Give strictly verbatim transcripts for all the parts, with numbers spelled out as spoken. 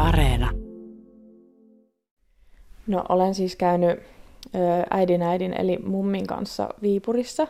Areena. No, olen siis käynyt ö, äidin äidin eli mummin kanssa Viipurissa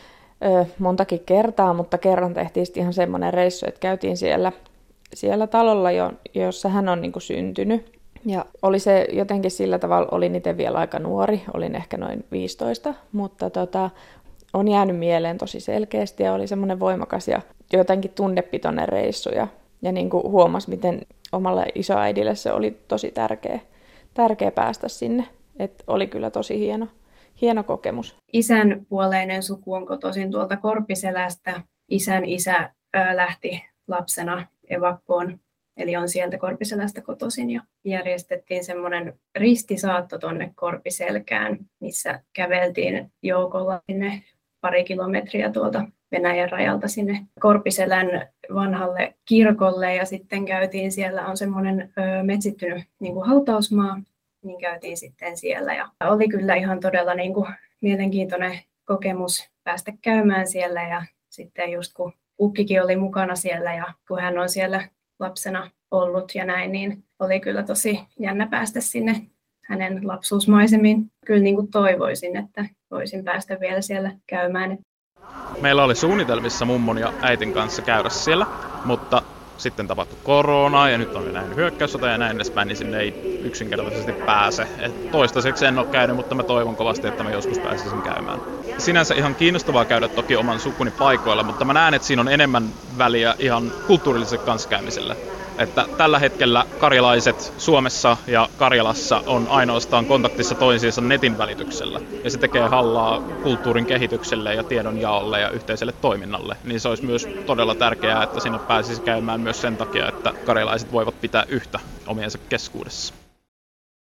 ö, montakin kertaa, mutta kerran tehtiin ihan semmoinen reissu, että käytiin siellä, siellä talolla, jo, jossa hän on niin kuin syntynyt. Ja oli se jotenkin sillä tavalla, olin itse vielä aika nuori, olin ehkä noin viisitoista, mutta tota, on jäänyt mieleen tosi selkeästi ja oli semmoinen voimakas ja jotenkin tunnepitoinen reissu. Ja, ja niin kuin huomasi, miten omalle isoäidille se oli tosi tärkeä, tärkeä päästä sinne. Et oli kyllä tosi hieno, hieno kokemus. Isän puoleinen suku on kotoisin tuolta Korpiselästä. Isän isä ää, lähti lapsena evakkoon. Eli on sieltä Korpiselästä kotoisin ja järjestettiin semmoinen ristisaatto tuonne Korpiselkään, missä käveltiin joukolla sinne pari kilometriä tuolta Venäjän rajalta sinne Korpiselän vanhalle kirkolle ja sitten käytiin siellä, on semmoinen ö, metsittynyt niin kuin hautausmaa, niin käytiin sitten siellä ja oli kyllä ihan todella niin kuin mielenkiintoinen kokemus päästä käymään siellä ja sitten just kun ukkikin oli mukana siellä ja kun hän on siellä lapsena ollut ja näin, niin oli kyllä tosi jännä päästä sinne hänen lapsuusmaisemiin. Kyllä niin kuin toivoisin, että voisin päästä vielä siellä käymään. Meillä oli suunnitelmissa mummon ja äitin kanssa käydä siellä, mutta sitten tapahtui korona ja nyt on näin hyökkäyssota ja näin edespäin, niin sinne ei yksinkertaisesti pääse. Et toistaiseksi en ole käynyt, mutta mä toivon kovasti, että mä joskus pääsisin käymään. Sinänsä ihan kiinnostavaa käydä toki oman sukuni paikoilla, mutta mä näen, että siinä on enemmän väliä ihan kulttuurilliselle kanssakäymiselle. Että tällä hetkellä karjalaiset Suomessa ja Karjalassa on ainoastaan kontaktissa toisiinsa netin välityksellä. Ja se tekee hallaa kulttuurin kehitykselle ja tiedonjaolle ja yhteiselle toiminnalle. Niin se olisi myös todella tärkeää, että sinne pääsisi käymään myös sen takia, että karjalaiset voivat pitää yhtä omiensa keskuudessa.